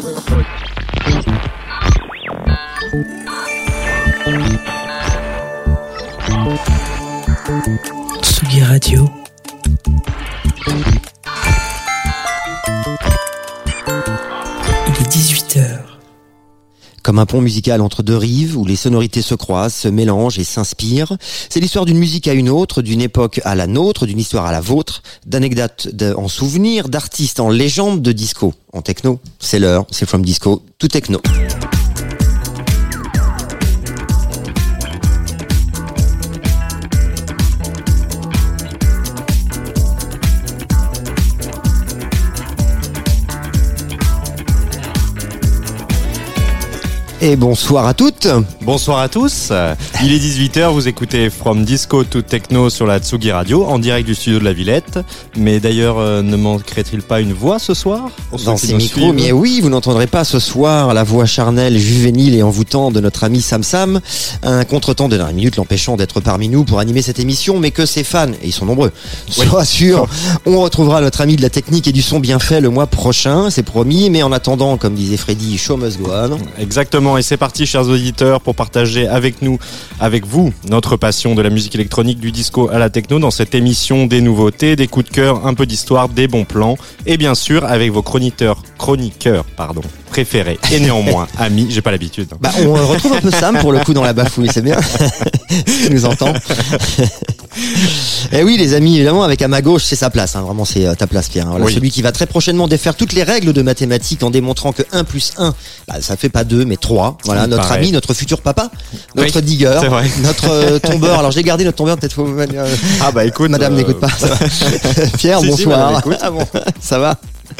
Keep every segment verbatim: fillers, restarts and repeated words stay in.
Tsugi Radio. Il est dix-huit heures. Comme un pont musical entre deux rives où les sonorités se croisent, se mélangent et s'inspirent. C'est l'histoire d'une musique à une autre, d'une époque à la nôtre, d'une histoire à la vôtre, d'anecdotes en souvenirs, d'artistes en légende, de disco en techno. C'est l'heure, c'est From Disco to Techno. Et bonsoir à toutes. Bonsoir à tous. Il est dix-huit heures, vous écoutez From Disco to Techno sur la Tsugi Radio, en direct du studio de la Villette. Mais d'ailleurs, euh, ne manquerait-il pas une voix ce soir dans ces micros? Mais oui, vous n'entendrez pas ce soir la voix charnelle, juvénile et envoûtante de notre ami Sam Sam. Un contretemps de dernière minute l'empêchant d'être parmi nous pour animer cette émission, mais que ses fans, et ils sont nombreux, oui. soient sûrs, on retrouvera notre ami de la technique et du son bien fait le mois prochain, c'est promis. Mais en attendant, comme disait Freddy, show must go on. Exactement. Et c'est parti, chers auditeurs, pour partager avec nous, avec vous, notre passion de la musique électronique, du disco à la techno, dans cette émission des nouveautés, des coups de cœur, un peu d'histoire, des bons plans, et bien sûr avec vos chroniqueurs, chroniqueurs, pardon, préférés et néanmoins amis. J'ai pas l'habitude. Bah, on retrouve un peu Sam pour le coup dans la bafouille, c'est bien. Il nous entend. Et oui, les amis, évidemment, avec à ma gauche, c'est sa place. Hein. Vraiment, c'est ta place, Pierre. Voilà, oui. Celui qui va très prochainement défaire toutes les règles de mathématiques en démontrant que un plus un, bah, ça fait pas deux, mais trois. Voilà, Il notre paraît. ami, notre futur papa, notre oui, digger, notre euh, tombeur. Alors, j'ai gardé notre tombeur, peut-être faut. Euh, ah bah écoute, Madame euh... n'écoute pas. Pierre, si, bonsoir. Si, ah bon, ça va.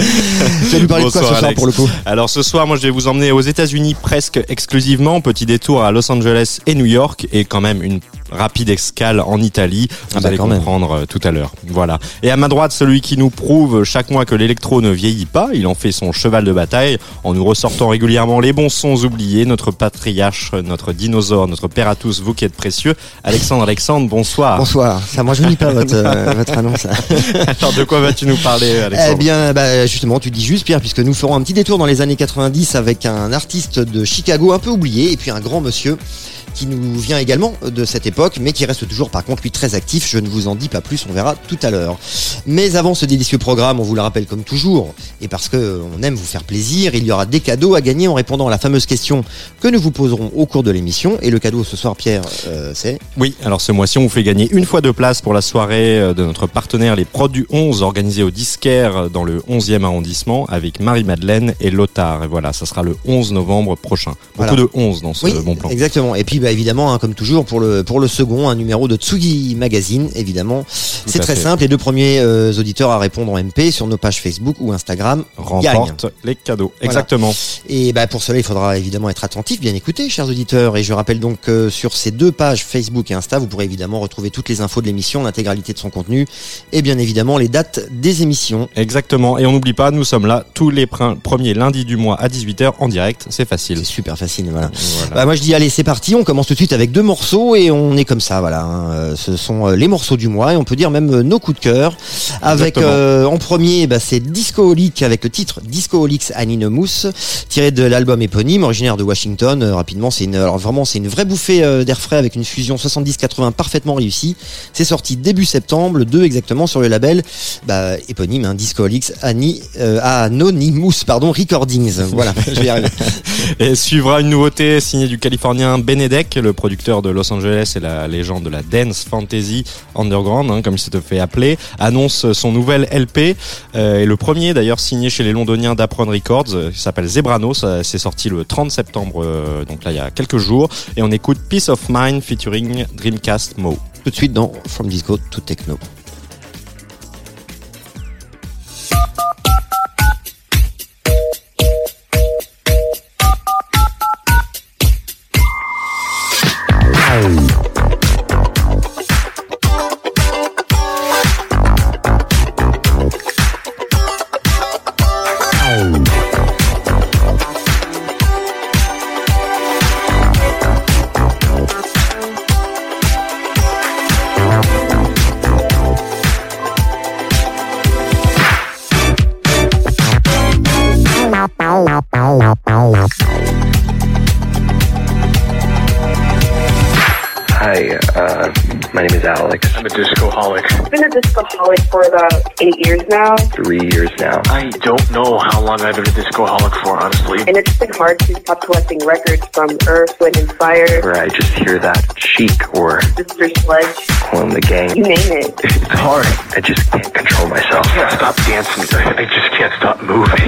Tu vas nous parler Bonsoir, de quoi ce soir Alex. pour le coup? Alors ce soir, moi je vais vous emmener aux États-Unis presque exclusivement, petit détour à Los Angeles et New York, et quand même une rapide escale en Italie. Vous ah bah allez quand comprendre même. tout à l'heure. Voilà. Et à ma droite, celui qui nous prouve chaque mois que l'électro ne vieillit pas. Il en fait son cheval de bataille en nous ressortant régulièrement les bons sons oubliés. Notre patriarche, notre dinosaure, notre père à tous, vous qui êtes précieux. Alexandre, Alexandre, bonsoir. Bonsoir. Ça, moi je ne lis pas votre, euh, votre annonce. Alors de quoi vas-tu nous parler, Alexandre? Eh bien, bah, justement, tu dis juste, Pierre, puisque nous ferons un petit détour dans les années quatre-vingt-dix avec un artiste de Chicago un peu oublié et puis un grand monsieur qui nous vient également de cette époque, mais qui reste toujours par contre lui très actif. Je ne vous en dis pas plus, on verra tout à l'heure. Mais avant ce délicieux programme, on vous le rappelle comme toujours, et parce que on aime vous faire plaisir, il y aura des cadeaux à gagner en répondant à la fameuse question que nous vous poserons au cours de l'émission. Et le cadeau ce soir, Pierre, euh, c'est... Oui, alors ce mois-ci, on vous fait gagner une fois de place pour la soirée de notre partenaire Les Prods du onze, organisée au Disquaire dans le onzième arrondissement avec Marie-Madeleine et Lothar. Et voilà, ça sera le onze novembre prochain. Beaucoup voilà. de onze dans ce oui, bon plan. Exactement. Et puis bah, évidemment, hein, comme toujours, pour le, pour le second, un numéro de Tsugi Magazine, évidemment. Tout C'est très fait. simple. Les deux premiers euh, auditeurs à répondre en M P sur nos pages Facebook ou Instagram remportent gagnent. les cadeaux. Voilà. Exactement. Et bah, pour cela, il faudra évidemment être attentif, bien écouter, chers auditeurs. Et je rappelle donc que sur ces deux pages Facebook et Insta, vous pourrez évidemment retrouver toutes les infos de l'émission, l'intégralité de son contenu et bien évidemment les dates des émissions. Exactement. Et on n'oublie pas, nous sommes là tous les pr- premiers lundis du mois à dix-huit heures en direct. C'est facile. C'est super facile, voilà. voilà. Bah, moi je dis allez, c'est parti. On commence tout de suite avec deux morceaux et on est comme ça, voilà. Hein. Ce sont les morceaux du mois et on peut dire même nos coups de cœur. Avec euh, en premier, bah, c'est Discoholic avec le titre Discoholics Anonymous, tiré de l'album éponyme, originaire de Washington. Euh, rapidement, c'est une, alors vraiment, c'est une vraie bouffée euh, d'air frais avec une fusion soixante-dix quatre-vingts parfaitement réussie. C'est sorti début septembre, le deux exactement, sur le label bah, éponyme, hein, Discoholics Ani, euh, Anonymous, pardon, Recordings. Voilà, je vais y arriver. Et suivra une nouveauté signée du Californien Benedek, le producteur de Los Angeles et la légende de la dance fantasy underground, hein, comme il se te fait appeler, annonce son nouvel L P, euh, et le premier d'ailleurs signé chez les londoniens d'Apron Records, euh, qui s'appelle Zebrano. Ça, c'est sorti le trente septembre, euh, donc là il y a quelques jours, et on écoute Peace of Mind featuring Dreamcast Mo. Tout de suite dans From Disco to Techno. My name is Alex. I'm a discoholic. I've been a discoholic for about eight years now. Three years now. I don't know how long I've been a discoholic for, honestly. And it's been hard to stop collecting records from Earth, Wind and Fire. Where I just hear that Chic or Sister Sledge. Clone the Gang. You name it. It's hard. I just can't control myself. I can't stop dancing. I, I just can't stop moving.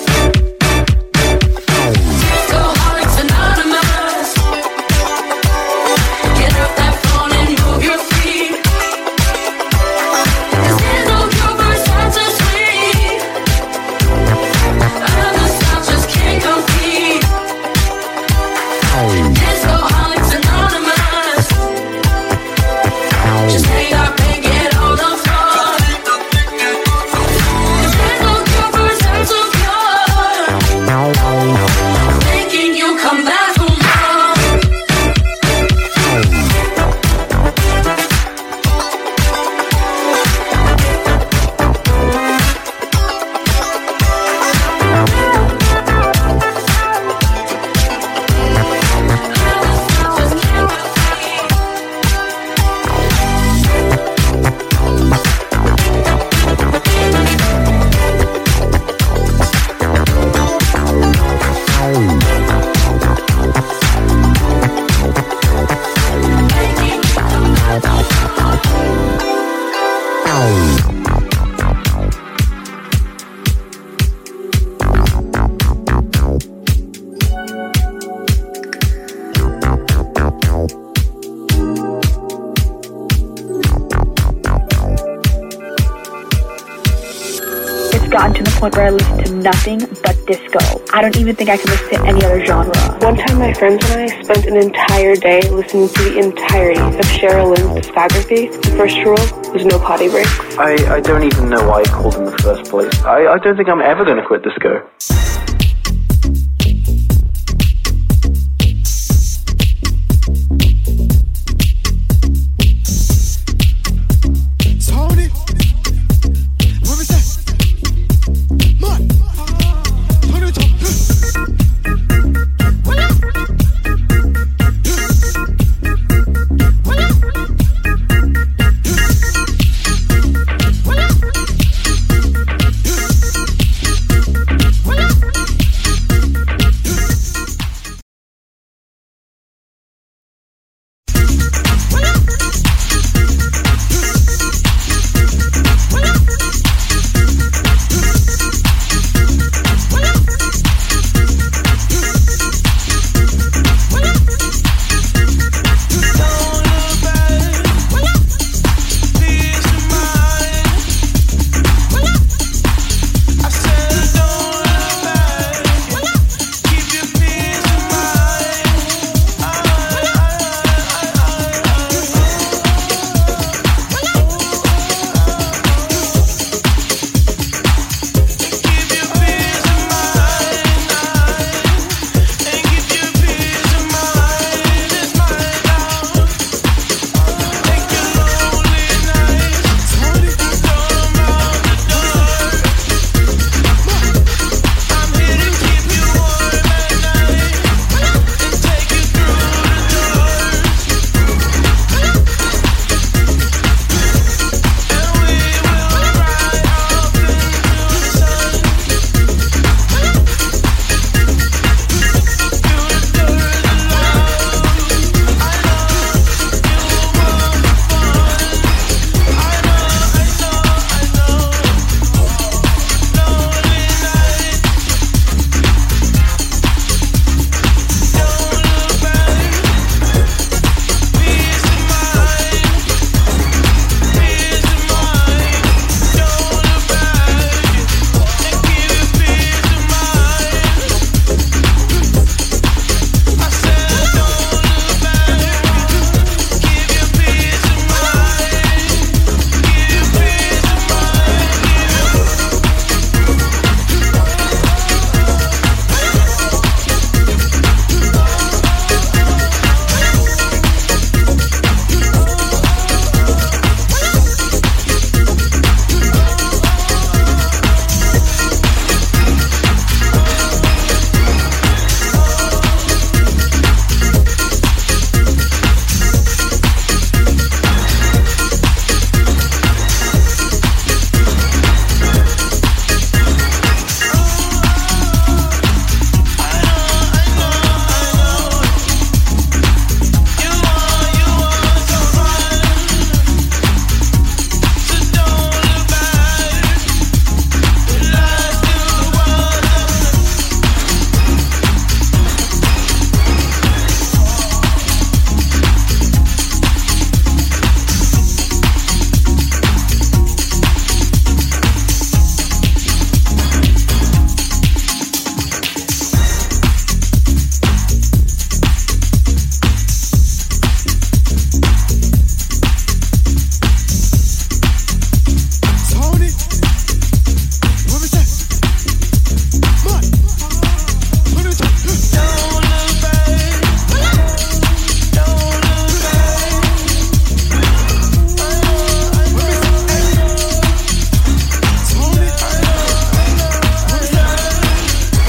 Where I listen to nothing but disco. I don't even think I can listen to any other genre. One time my friends and I spent an entire day listening to the entirety of Cheryl Lynn's discography. The first rule was no potty breaks. I, I don't even know why I called in the first place. I, I don't think I'm ever going to quit disco. Well,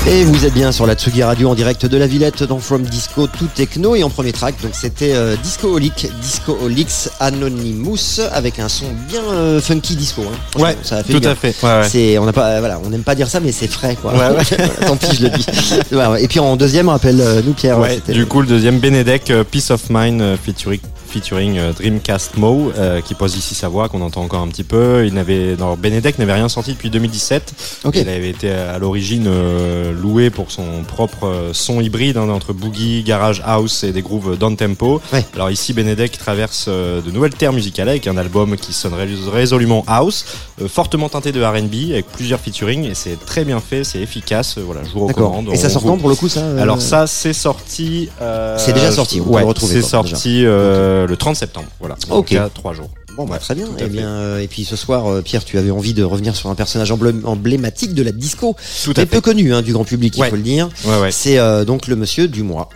Et vous êtes bien sur la Tsugi Radio en direct de la Villette dans From Disco to Techno, et en premier track donc c'était euh, Discoholic, Discoholics Anonymous, avec un son bien euh, funky disco. Hein. Ouais, ça a fait tout bien. à fait. Ouais, ouais. C'est, on n'a pas, voilà, on n'aime pas dire ça, mais c'est frais quoi. Ouais, ouais. Tant pis, je le dis. Ouais, ouais. Et puis en deuxième, rappelle euh, nous Pierre. Ouais, c'était du coup le deuxième Benedek, euh, Peace of Mind euh, featuring featuring euh, Dreamcast Mo, euh, qui pose ici sa voix qu'on entend encore un petit peu. Il n'avait, non, Benedek n'avait rien sorti depuis deux mille dix-sept. Okay. Il avait été à l'origine euh, loué pour son propre euh, son hybride hein, entre boogie, garage house et des grooves down tempo. Ouais. Alors ici Benedek traverse euh, de nouvelles terres musicales avec un album qui sonne rés- résolument house, euh, fortement teinté de R and B avec plusieurs featuring, et c'est très bien fait, c'est efficace. Euh, voilà, je vous D'accord. recommande. Et ça On sort vous- quand pour le coup ça euh, Alors ça c'est sorti. Euh, C'est déjà sorti, on peut ouais, le retrouver, c'est quoi, sorti euh, le trente septembre. Voilà. Ok. Donc, il y a trois jours. Bon bah Ouais, très bien. tout à Et fait. bien euh, et puis ce soir euh, Pierre, tu avais envie de revenir sur un personnage emblém- emblématique de la disco, Tout à mais peu fait. connu hein, du grand public, il Ouais. faut le dire. Ouais, ouais. C'est euh, donc le monsieur du mois.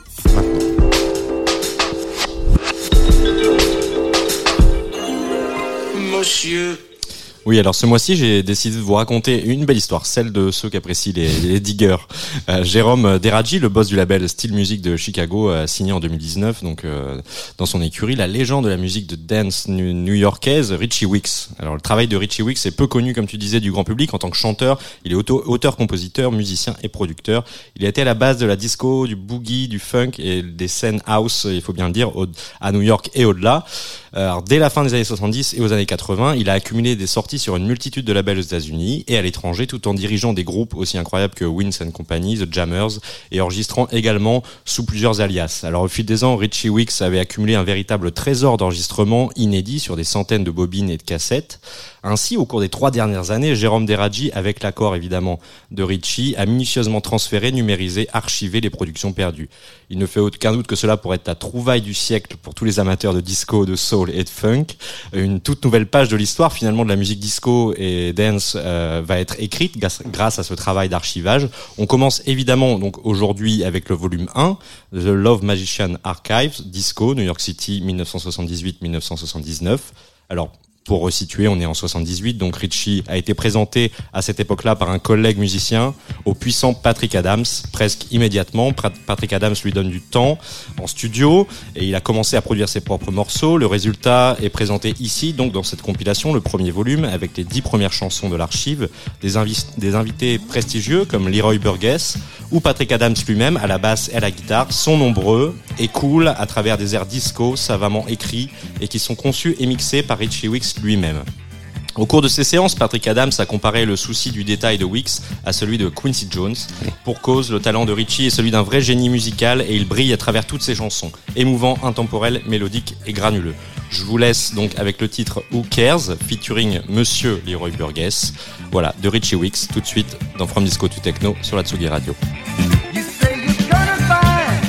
Monsieur. Oui, alors ce mois-ci, j'ai décidé de vous raconter une belle histoire, celle de ceux qu'apprécient les, les diggers. Euh, Jérôme Deradji, le boss du label Steel Music de Chicago, a signé en deux mille dix-neuf, donc euh, dans son écurie, la légende de la musique de dance new- new-yorkaise, Richie Wicks. Alors le travail de Richie Wicks est peu connu, comme tu disais, du grand public. En tant que chanteur, il est auto- auteur, compositeur, musicien et producteur. Il a été à la base de la disco, du boogie, du funk et des scènes house, il faut bien le dire, au- à New York et au-delà. Alors, dès la fin des années soixante-dix et aux années quatre-vingts, il a accumulé des sorties sur une multitude de labels aux États-Unis et à l'étranger, tout en dirigeant des groupes aussi incroyables que Wins and Company, The Jammers, et enregistrant également sous plusieurs alias. Alors, au fil des ans, Richie Wicks avait accumulé un véritable trésor d'enregistrements inédits sur des centaines de bobines et de cassettes. Ainsi, au cours des trois dernières années, Jérôme Deradji, avec l'accord évidemment de Richie, a minutieusement transféré, numérisé, archivé les productions perdues. Il ne fait aucun doute que cela pourrait être la trouvaille du siècle pour tous les amateurs de disco, de soul et de funk. Une toute nouvelle page de l'histoire finalement de la musique disco et dance euh, va être écrite grâce, grâce à ce travail d'archivage. On commence évidemment donc aujourd'hui avec le volume un, The Love Magician Archives, Disco, New York City, dix-neuf cent soixante-dix-huit à dix-neuf cent soixante-dix-neuf. Alors, pour resituer, on est en soixante-dix-huit, donc Richie a été présenté à cette époque-là par un collègue musicien au puissant Patrick Adams, presque immédiatement. Pra- Patrick Adams lui donne du temps en studio et il a commencé à produire ses propres morceaux. Le résultat est présenté ici, donc dans cette compilation, le premier volume, avec les dix premières chansons de l'archive, des, invi- des invités prestigieux comme Leroy Burgess ou Patrick Adams lui-même à la basse et à la guitare sont nombreux et cool à travers des airs disco savamment écrits et qui sont conçus et mixés par Richie Wicks lui-même. Au cours de ces séances, Patrick Adams a comparé le souci du détail de Wicks à celui de Quincy Jones. Pour cause, le talent de Richie est celui d'un vrai génie musical et il brille à travers toutes ses chansons, émouvant, intemporel, mélodique et granuleux. Je vous laisse donc avec le titre Who Cares, featuring Monsieur Leroy Burgess. Voilà, de Richie Wicks, tout de suite dans From Disco to Techno sur la Tsugi Radio. You say you're gonna find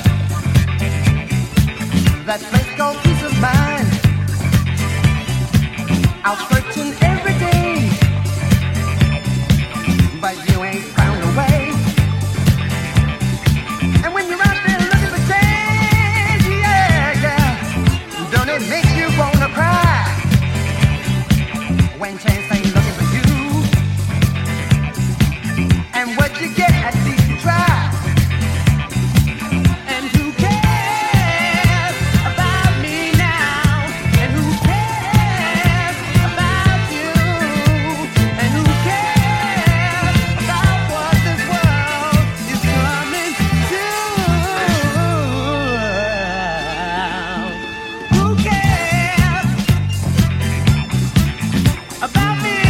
that place called peace of mind. Out searching every day, but you ain't found a way. And when you're out there looking for change, yeah, yeah, don't it make you wanna cry? When chance ain't looking for you, and what you get, at least you try. And who cares about me now? And who cares about you? And who cares about what this world is coming to? Who cares about me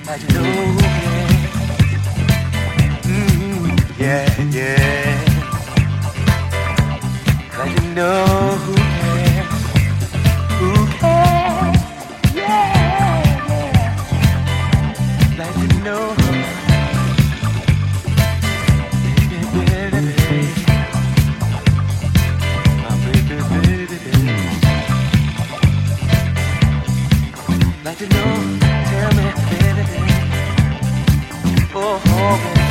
Like you know who cares. Mm, yeah, yeah. Like you know who cares. Who cares? Yeah, yeah. Like you know who like to know, tell me, baby, oh, oh, baby.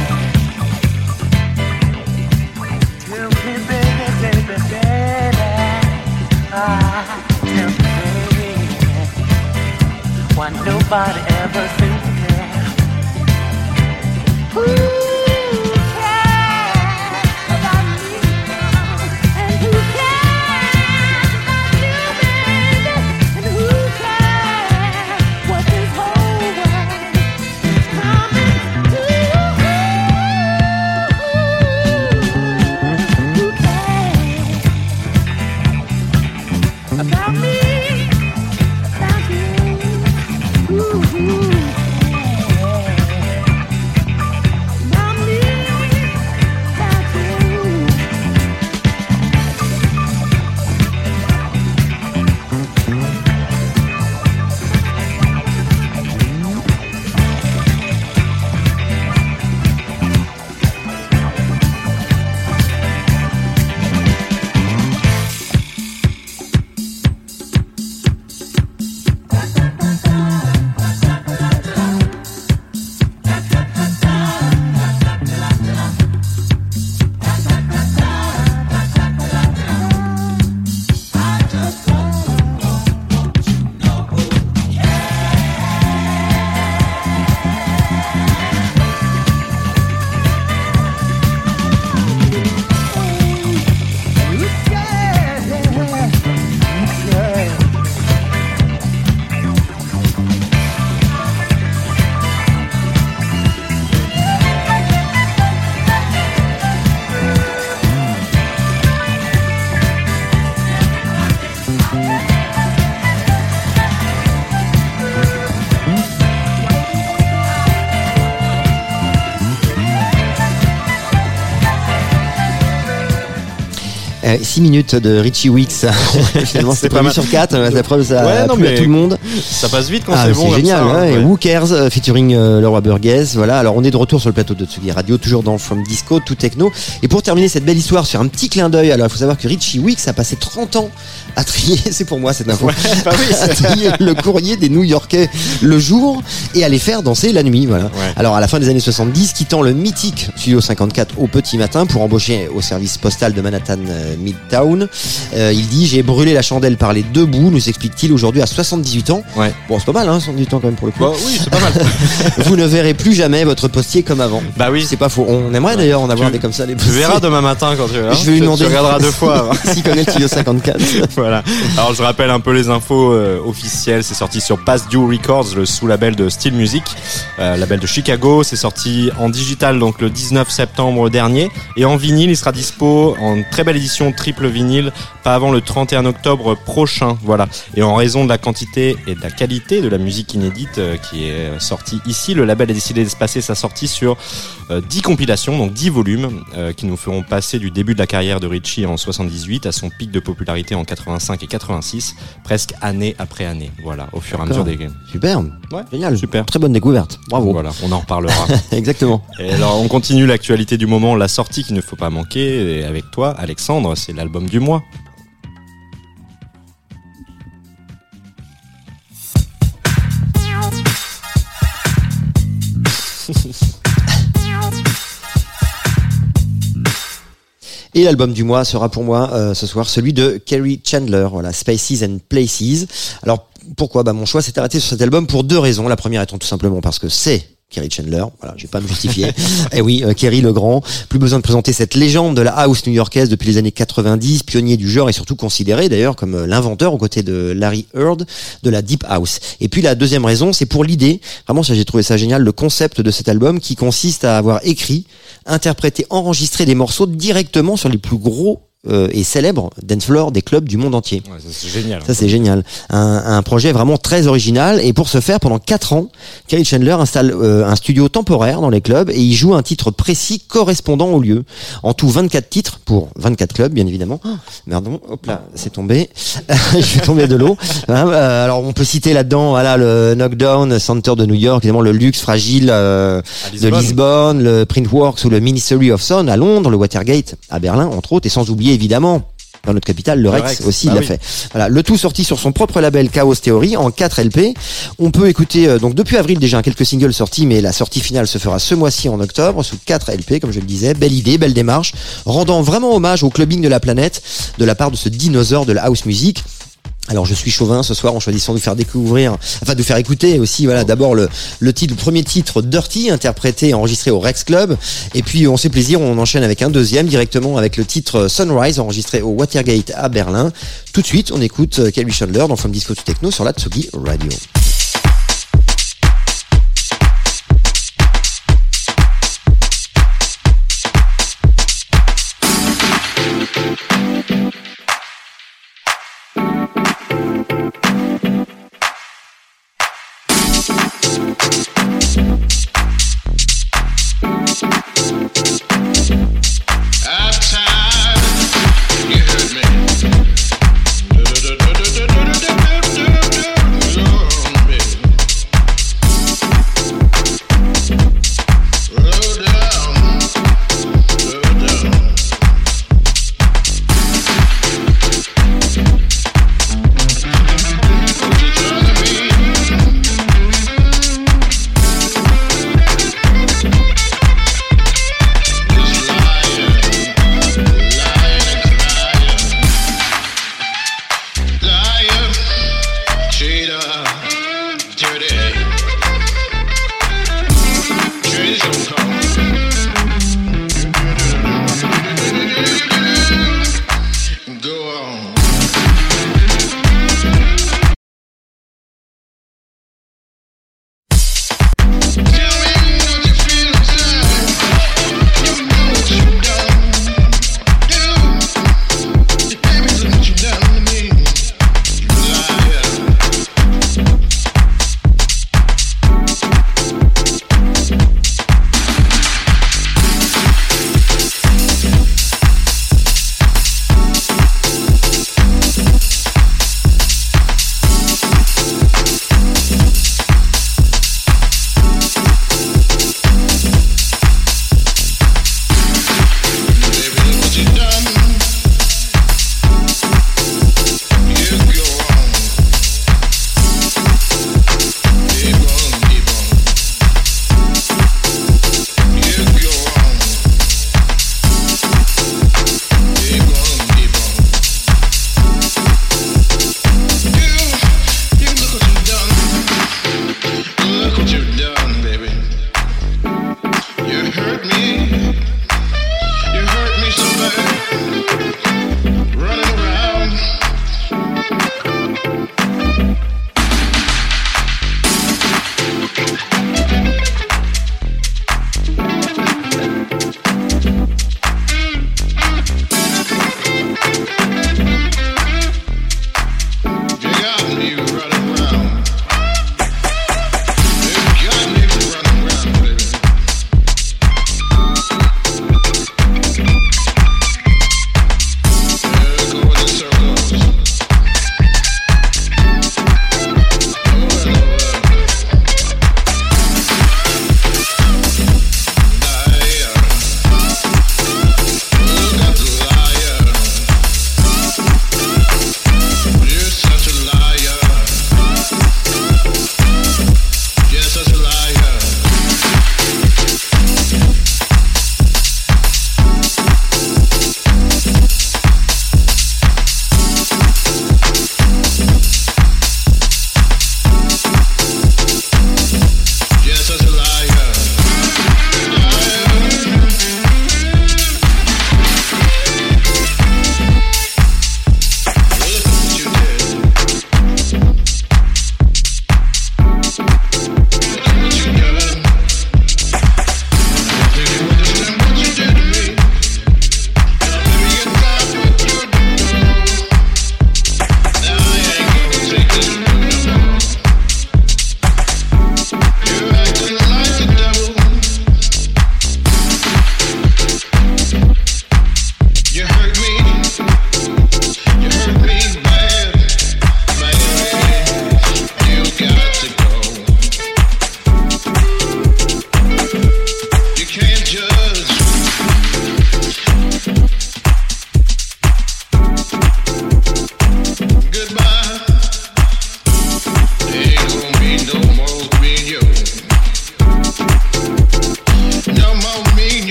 Tell me, baby, baby, baby, ah, tell me, baby, why nobody ever seems to care. Who cares about me, and who cares about you, baby, and who cares what this whole world is coming to? Who cares about me, about you? Who cares about me, about you? six minutes de Richie Wicks. Finalement, C'est c'était pas prévu mal. sur quatre. La preuve, ça Ouais, a non, plu à mais tout le monde. Ça passe vite quand Ah, c'est c'est bon. comme génial. ça, hein, ouais. ouais. Who Cares euh, featuring euh, Leroy Burgess. Voilà. Alors, on est de retour sur le plateau de Tsugi Radio, toujours dans From Disco to Techno. Et pour terminer cette belle histoire sur un petit clin d'œil, alors il faut savoir que Richie Wicks a passé trente ans à trier, c'est pour moi cette info, Ouais, bah oui, à c'est- trier le courrier des New-Yorkais le jour et à les faire danser la nuit. Voilà. Ouais. Alors à la fin des années soixante-dix, quittant le mythique Studio cinquante-quatre au petit matin pour embaucher au service postal de Manhattan euh, Midtown, euh, il dit: j'ai brûlé la chandelle par les deux bouts, nous explique-t-il aujourd'hui à soixante-dix-huit ans. Ouais. Bon, c'est pas mal, hein, soixante-dix-huit ans quand même pour le coup. Bah oui, c'est pas mal. Vous ne verrez plus jamais votre postier comme avant. Bah oui. C'est pas faux. On aimerait d'ailleurs en avoir Tu- des comme ça, les Tu postiers. verras demain matin quand tu verras. Je vais lui Tu- demander. Tu regarderas deux fois. S'il connaît le Studio cinquante-quatre. Voilà. Alors je rappelle un peu les infos euh, officielles. C'est sorti sur Past Due Records, le sous-label de Steel Music, euh, label de Chicago. C'est sorti en digital donc le dix-neuf septembre dernier, et en vinyle il sera dispo en très belle édition triple vinyle pas avant le trente et un octobre prochain. Voilà. Et en raison de la quantité et de la qualité de la musique inédite euh, qui est sortie ici, le label a décidé d'espacer sa sortie sur euh, dix compilations, donc dix volumes euh, qui nous feront passer du début de la carrière de Richie en soixante-dix-huit à son pic de popularité en quatre-vingt-cinq et quatre-vingt-six, presque année après année. Voilà, au fur et à mesure des games. Super. Ouais. Génial. Super. Très bonne découverte. Bravo. Voilà, on en reparlera. Exactement. Et alors, on continue l'actualité du moment, la sortie qu'il ne faut pas manquer. Et avec toi, Alexandre, c'est l'album du mois. Et l'album du mois sera pour moi euh, ce soir celui de Kerry Chandler, voilà, Spaces and Places. Alors pourquoi ? Bah mon choix s'est arrêté sur cet album pour deux raisons. La première étant tout simplement parce que c'est Kerry Chandler, voilà, je vais pas me justifier. Et oui, euh, Kerry le Grand, plus besoin de présenter cette légende de la house new-yorkaise depuis les années quatre-vingt-dix, pionnier du genre et surtout considéré d'ailleurs comme euh, l'inventeur aux côtés de Larry Heard de la deep house. Et puis la deuxième raison, c'est pour l'idée, vraiment ça j'ai trouvé ça génial, le concept de cet album qui consiste à avoir écrit, interprété, enregistré des morceaux directement sur les plus gros euh, et célèbres dance floor des clubs du monde entier. Ouais, ça, c'est génial. Ça c'est génial. Un, un projet vraiment très original et pour ce faire, pendant quatre ans, Kerry Chandler installe euh, un studio temporaire dans les clubs et il joue un titre précis correspondant au lieu. En tout vingt-quatre titres pour vingt-quatre clubs, bien évidemment. Oh, merdon, hop là, c'est tombé. Je suis tombé de l'eau. Hein, euh, alors on peut citer là-dedans, voilà, le Knockdown Center de New York, évidemment le Luxe Fragile euh, de Lisbonne, le Printworks ou le Ministry of Sound à Londres, le Watergate à Berlin, entre autres, et sans oublier évidemment dans notre capitale, le, le Rex, Rex aussi, bah il l'a oui. fait. Voilà, le tout sorti sur son propre label Chaos Theory en quatre L P. On peut écouter euh, donc depuis avril déjà quelques singles sortis, mais la sortie finale se fera ce mois-ci en octobre sous quatre L P, comme je le disais. Belle idée, belle démarche, rendant vraiment hommage au clubbing de la planète de la part de ce dinosaure de la house music. Alors je suis chauvin ce soir en choisissant de vous faire découvrir, enfin de vous faire écouter aussi, voilà, d'abord le le titre, le premier titre Dirty, interprété et enregistré au Rex Club, et puis on se fait plaisir, on enchaîne avec un deuxième directement avec le titre Sunrise, enregistré au Watergate à Berlin. Tout de suite, on écoute Kerry Chandler dans From Disco to Techno sur la Tsugi Radio. Do do do do do do do do do do do do.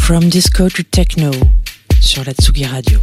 From Disco to Techno sur la Tsugi Radio.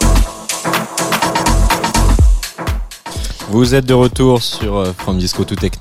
Vous êtes de retour sur euh, From Disco to Techno.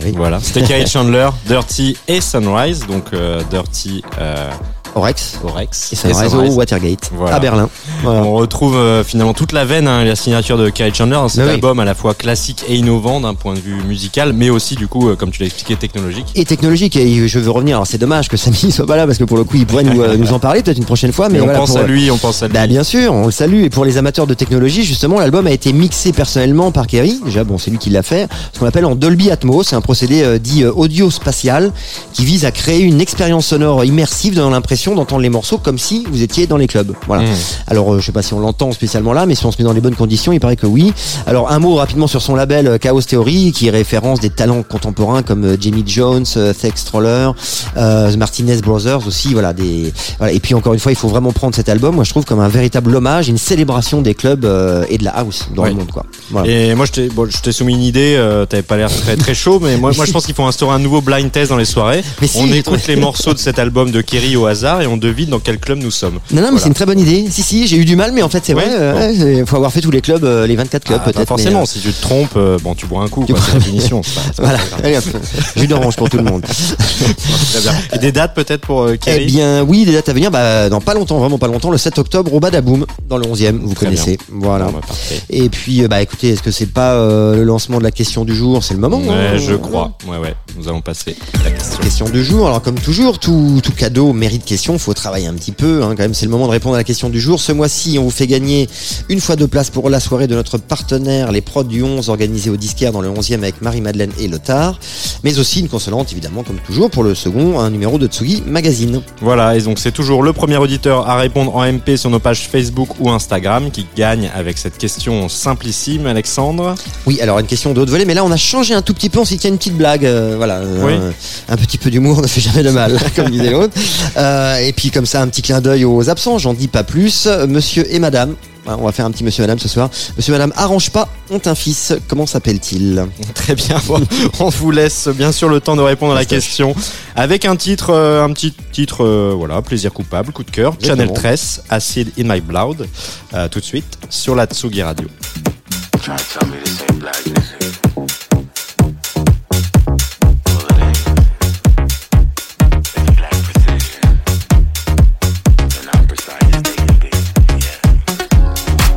oui. Voilà, c'était Kerry Chandler, Dirty et Sunrise, donc euh, Dirty euh, Orex. Orex Et Sunrise au Watergate, Voilà. à Berlin. Voilà. On retrouve euh, finalement toute la veine, hein, la signature de Kerry Chandler dans cet Mais oui. album à la fois classique et innovant d'un point de vue musical, mais aussi du coup, euh, comme tu l'as expliqué, technologique. Et technologique, et je veux revenir, alors c'est dommage que Samy soit pas là, parce que pour le coup il pourrait nous, euh, nous en parler peut-être une prochaine fois. Mais, Mais on voilà, pense pour, à lui, on pense à lui. Bah bien sûr, on le salue. Et pour les amateurs de technologie, justement, l'album a été mixé personnellement par Kerry. Déjà, bon, c'est lui qui l'a fait. Ce qu'on appelle en Dolby Atmos, c'est un procédé euh, dit euh, audio-spatial qui vise à créer une expérience sonore immersive dans l'impression d'entendre les morceaux comme si vous étiez dans les clubs. Voilà. Mmh. Alors, euh, je sais pas si on l'entend spécialement là, mais si on se met dans les bonnes conditions, il paraît que oui. Alors, un mot rapidement sur son label euh, Chaos Theory, qui référence des talents contemporains comme euh, Jamie Jones, euh, Thex Troller, euh, Martinez Brothers aussi. Voilà, des. Voilà. Et puis encore une fois, il faut vraiment prendre cet album, moi je trouve, comme un véritable hommage, une célébration des clubs euh, et de la house dans Ouais. le monde, quoi. Voilà. Et moi, je t'ai, bon, je t'ai soumis une idée. Euh, t'avais pas l'air très très chaud, mais moi, moi, je pense qu'il faut instaurer un nouveau blind test dans les soirées. Mais si, on j'ai écoute trouvé- les morceaux de cet album de Kerry au hasard et on devine dans quel club nous sommes. Non, non, mais Voilà. c'est une très bonne idée. Si, si, j'ai eu du mal, mais en fait, c'est Ouais, vrai. euh, bon. ouais, c'est- faut avoir fait tous les clubs, euh, les vingt-quatre clubs, Ah, peut-être. pas forcément. mais, euh, Si tu te trompes, euh, bon, tu bois un coup. Tu Quoi, bois- c'est la finition. C'est pas- c'est pas Voilà. très grave. Allez, hop. Jus d'orange pour tout le monde. Très bien. Et des dates peut-être pour euh, Eh Kerry. bien, oui, des dates à venir. Bah, dans pas longtemps, vraiment pas longtemps, le sept octobre au Badaboom, dans le onzième, vous Très connaissez. Voilà. Bon, bah, parfait. Et puis, euh, bah, écoutez, est-ce que c'est pas euh, le lancement de la question du jour? C'est le moment. Ouais, hein je crois. Ouais, ouais. Nous allons passer à la question. Question du jour. Alors comme toujours, tout, tout cadeau mérite question. Faut travailler un petit peu. Hein, quand même, c'est le moment de répondre à la question du jour. Ce mois-ci, on vous fait gagner une fois deux places pour la soirée de notre partenaire, les Prods du onze, organisée au Disquaire dans le onzième avec Marie-Madeleine et Lothar. Mais aussi une consolante, évidemment, comme toujours, pour le second, un numéro de Tsugi Magazine. Voilà, et donc c'est toujours le premier auditeur à répondre en M P sur nos pages Facebook ou Instagram qui gagne avec cette question simplissime, Alexandre. Oui, alors une question de haute volée, mais là on a changé un tout petit peu, on s'y tient une petite blague, euh, voilà, euh, Oui. un, un petit peu d'humour ne fait jamais de mal, comme disait l'autre. Euh, et puis comme ça, un petit clin d'œil aux absents, j'en dis pas plus. Monsieur et Madame, hein, on va faire un petit Monsieur et Madame ce soir. Monsieur et Madame Arrange pas ont un fils, comment s'appelle-t-il? Très bien, bon, on vous laisse bien sûr le temps de répondre à la question avec un titre, euh, un petit titre, euh, voilà, plaisir coupable, coup de cœur, Exactement. Channel treize, Acid in My Blood, euh, tout de suite sur la Tsugi Radio. Try to tell me this ain't black music. Well, it ain't. It's black precision. And I'm precise as they can be. Yeah.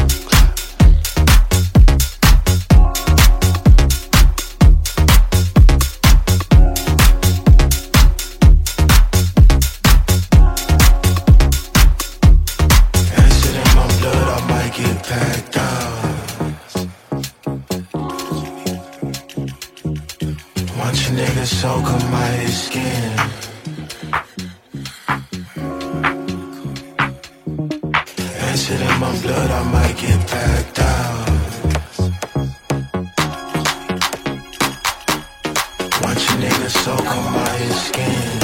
Acid in my blood, I might get packed out. Watch a nigga soak on my skin. Acid in my blood, I might get packed out. Watch a nigga soak on my skin.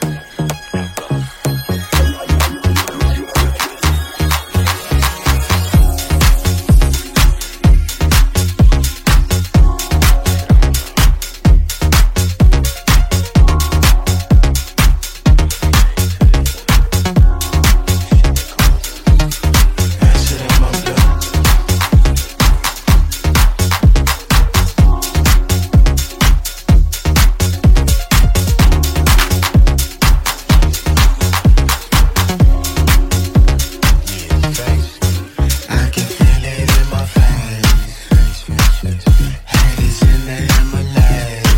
Acid in my blood. I can feel it in my face. Head is in the Himalayas.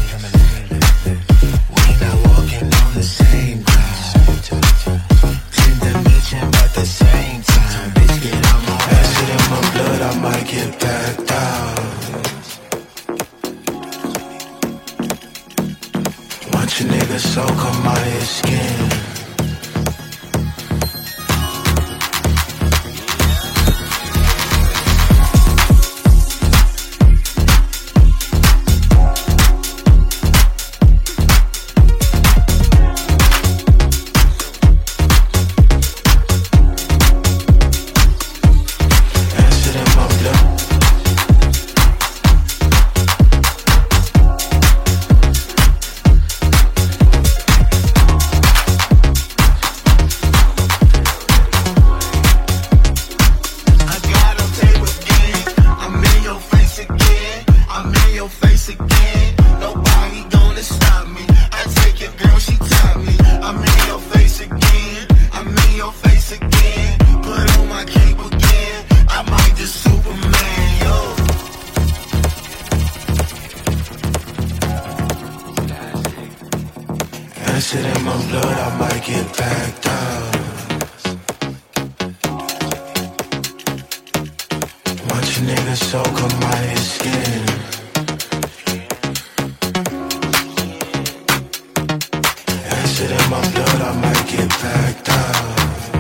We not walking on the same ground. Same dimension, but the same time. Bitch, get on my acid in my blood, I might get backed out. Watch a nigga soak on my skin. Acid in my blood. I might get backed up. Watch a nigga soak on my skin. Acid in my blood, I might get backed up.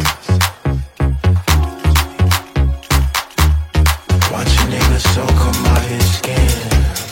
Watch a nigga soak on my skin.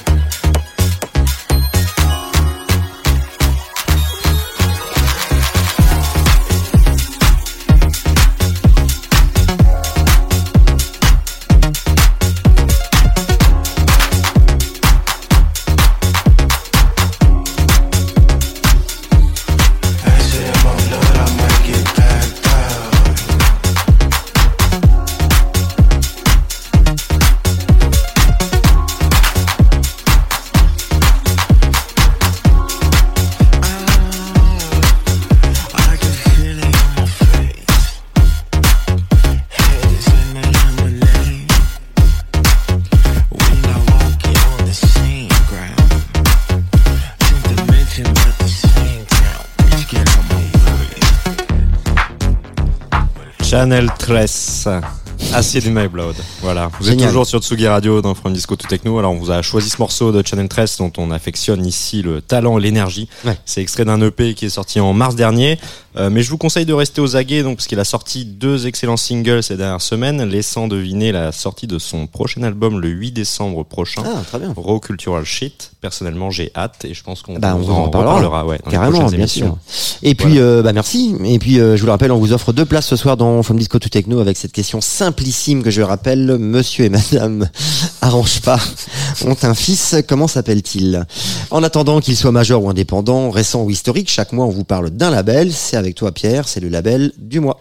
Channel treize, Acid in My Blood. Voilà. Vous Génial. êtes toujours sur Tsugi Radio dans From Disco to Techno. Alors on vous a choisi ce morceau de Channel treize dont on affectionne ici le talent et l'énergie. Ouais. C'est extrait d'un E P qui est sorti en mars dernier. Euh, mais je vous conseille de rester aux aguets donc parce qu'il a sorti deux excellents singles ces dernières semaines, laissant deviner la sortie de son prochain album le huit décembre prochain. Ah, très bien. Raw Cultural Shit. Personnellement, j'ai hâte et je pense qu'on Bah, on vous vous en en reparlera. reparlera ouais, dans les Carrément, prochaines bien émissions. sûr. Et puis, Voilà. euh, bah merci. Et puis, euh, je vous le rappelle, on vous offre deux places ce soir dans From Disco to Techno avec cette question simplissime que je rappelle. Monsieur et Madame Arrange pas ont un fils. Comment s'appelle-t-il? En attendant qu'il soit majeur ou indépendant, récent ou historique, chaque mois on vous parle d'un label. C'est avec toi, Pierre. C'est le label du mois.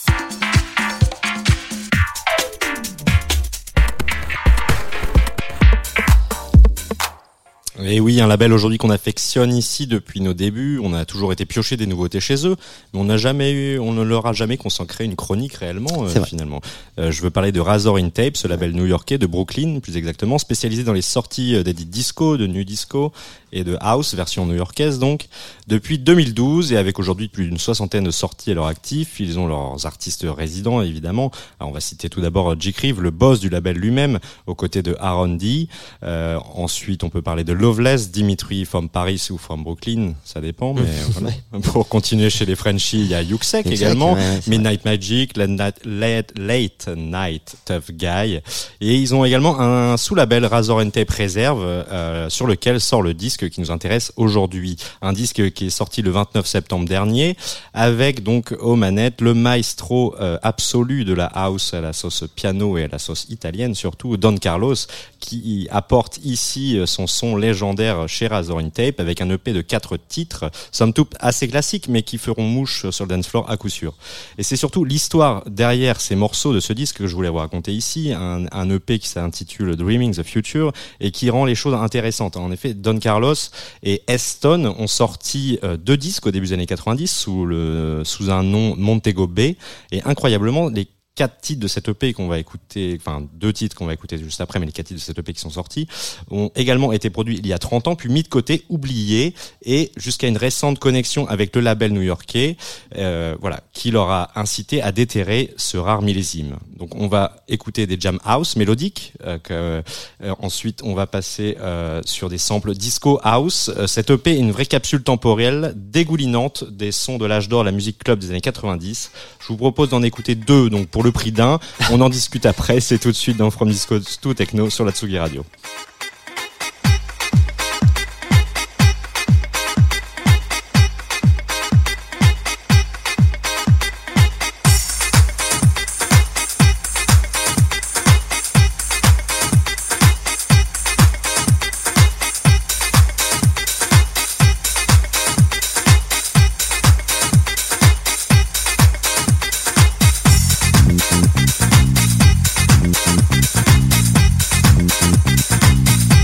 Et oui, un label aujourd'hui qu'on affectionne ici depuis nos débuts. On a toujours été pioché des nouveautés chez eux, mais on n'a jamais eu, on ne leur a jamais consacré une chronique réellement, euh, finalement. Euh, je veux parler de Razor in Tape, ce label new-yorkais de Brooklyn, plus exactement, spécialisé dans les sorties euh, d'edit disco, de nu disco et de house, version new-yorkaise donc, depuis deux mille douze et avec aujourd'hui plus d'une soixantaine de sorties à leur actif. Ils ont leurs artistes résidents, évidemment. Alors, on va citer tout d'abord J. Crive, le boss du label lui-même, aux côtés de Aaron D. Euh, ensuite, on peut parler de Loveless, Dimitri from Paris ou from Brooklyn, ça dépend, mais voilà. Pour continuer chez les Frenchies, il y a Yuxek également, ouais, ouais, Midnight Magic, late, late, late Night Tough Guy, et ils ont également un sous-label Razor and Tape Reserve euh, sur lequel sort le disque qui nous intéresse aujourd'hui, un disque qui est sorti le vingt-neuf septembre dernier, avec donc aux manettes le maestro euh, absolu de la house à la sauce piano et à la sauce italienne surtout, Don Carlos, qui apporte ici son son légendaire chez Razor in Tape avec un E P de quatre titres, somme toute assez classiques mais qui feront mouche sur le dance floor à coup sûr. Et c'est surtout l'histoire derrière ces morceaux de ce disque que je voulais vous raconter ici, un, un E P qui s'intitule Dreaming the Future et qui rend les choses intéressantes. En effet, Don Carlos et Eston ont sorti euh, deux disques au début des années quatre-vingt-dix sous le sous un nom Montego Bay et incroyablement les quatre titres de cette E P qu'on va écouter, enfin deux titres qu'on va écouter juste après, mais les quatre titres de cette E P qui sont sortis ont également été produits il y a trente ans, puis mis de côté, oubliés, et jusqu'à une récente connexion avec le label new-yorkais, euh, voilà, qui leur a incité à déterrer ce rare millésime. Donc on va écouter des jam house mélodiques, euh, que, euh, ensuite on va passer euh, sur des samples disco house. Euh, cette E P est une vraie capsule temporelle dégoulinante des sons de l'âge d'or de la musique club des années quatre-vingt-dix. Je vous propose d'en écouter deux, donc pour le prix d'un. On en discute après, c'est tout de suite dans From Disco to Techno sur la Tsugi Radio. Thank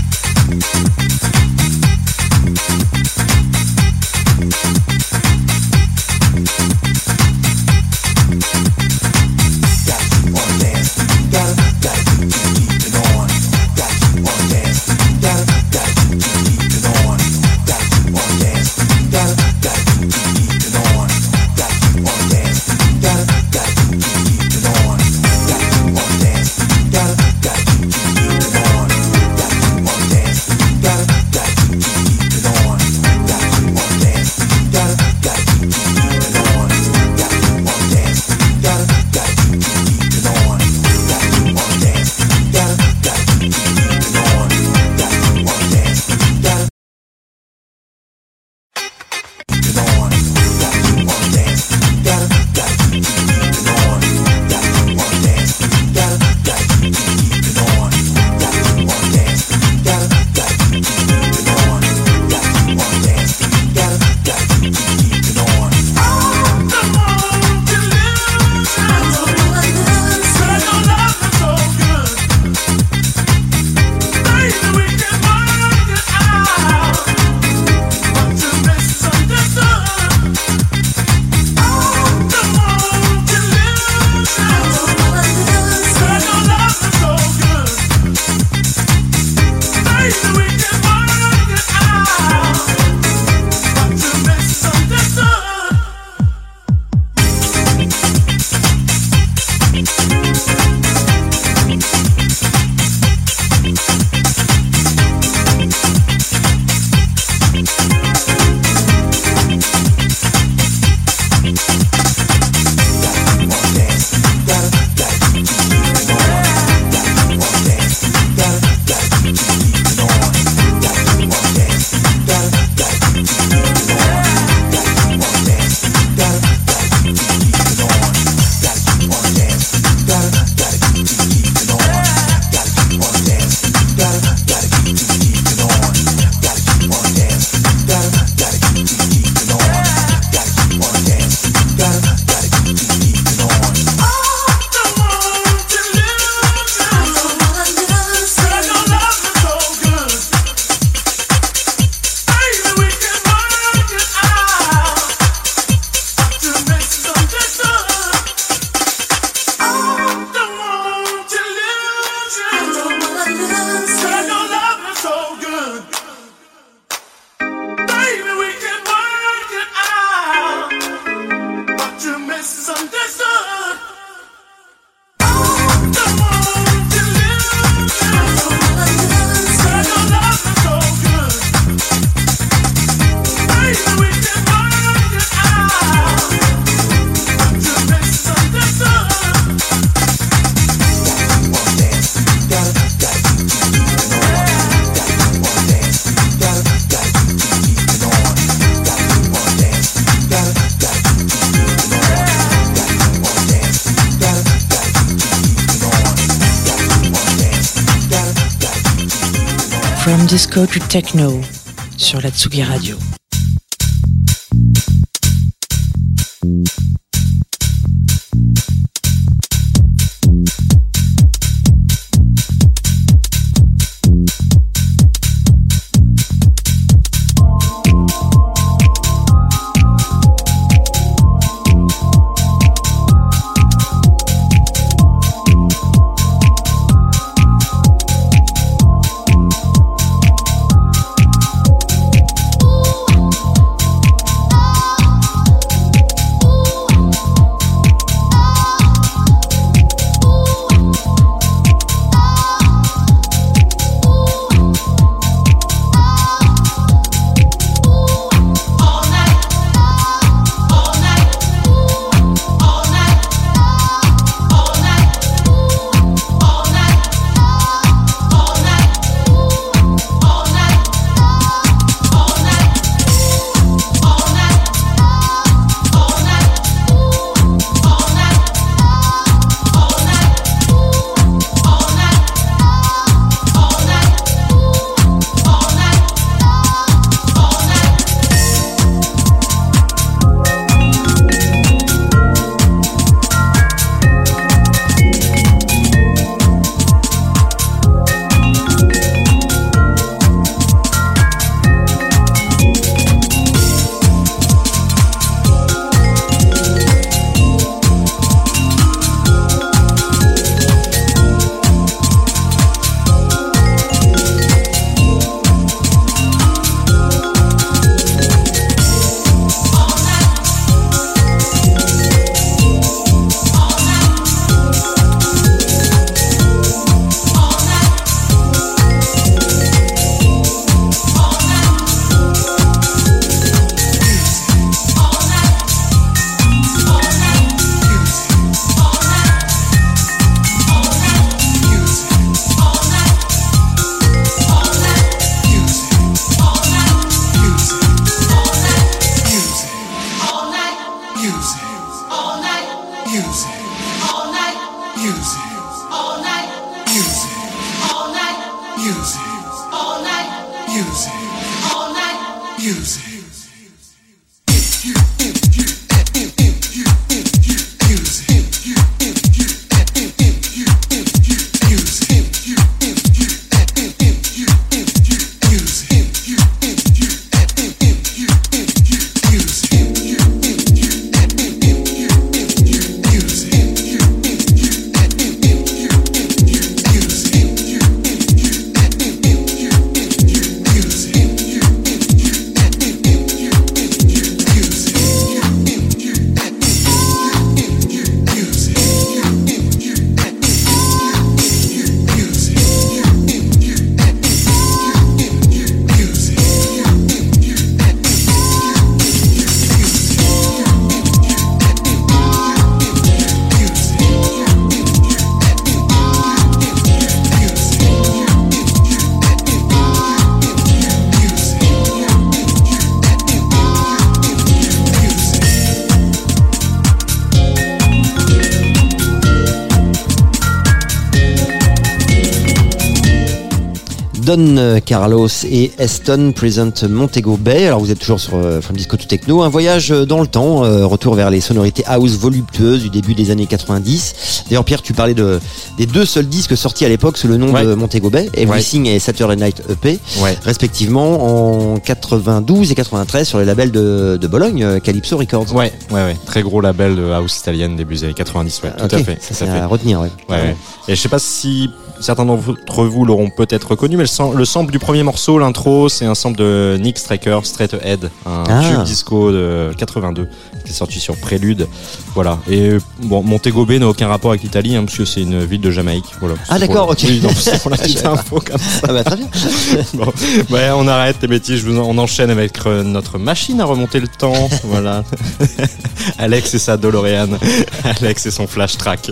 From disco to techno sur la Tsugi Radio. Music. Don Carlos et Eston Present Montego Bay. Alors vous êtes toujours sur euh, From Disco to Techno, un voyage dans le temps, euh, retour vers les sonorités house voluptueuses du début des années quatre-vingt-dix. D'ailleurs Pierre, tu parlais de des deux seuls disques sortis à l'époque sous le nom ouais. de Montego Bay, Everything ouais. et Saturday Night E P, ouais. respectivement en quatre-vingt-douze et quatre-vingt-treize sur les labels de, de Bologne, Calypso Records. Ouais, ouais, ouais, très gros label de house italienne début des années quatre-vingt-dix, ouais, tout okay. à fait. Ça tout c'est à, fait. à retenir, ouais. ouais, ouais. Et je sais pas si certains d'entre vous l'auront peut-être reconnu, mais le, sam- le sample du premier morceau, l'intro, c'est un sample de Nick Straker, Straight Ahead, un ah. tube disco de quatre-vingt-deux qui est sorti sur Prélude. Voilà. Et bon, Montego Bay n'a aucun rapport avec l'Italie, hein, parce que c'est une ville de Jamaïque. Voilà. Ah d'accord, pour, ok. Oui, non, c'est pour la petite info comme ça. Ah bah très bien. Bon, ouais, on arrête les bêtises, je vous en, on enchaîne avec euh, notre machine à remonter le temps. Voilà. Alex et sa DeLorean. Alex et son flash track.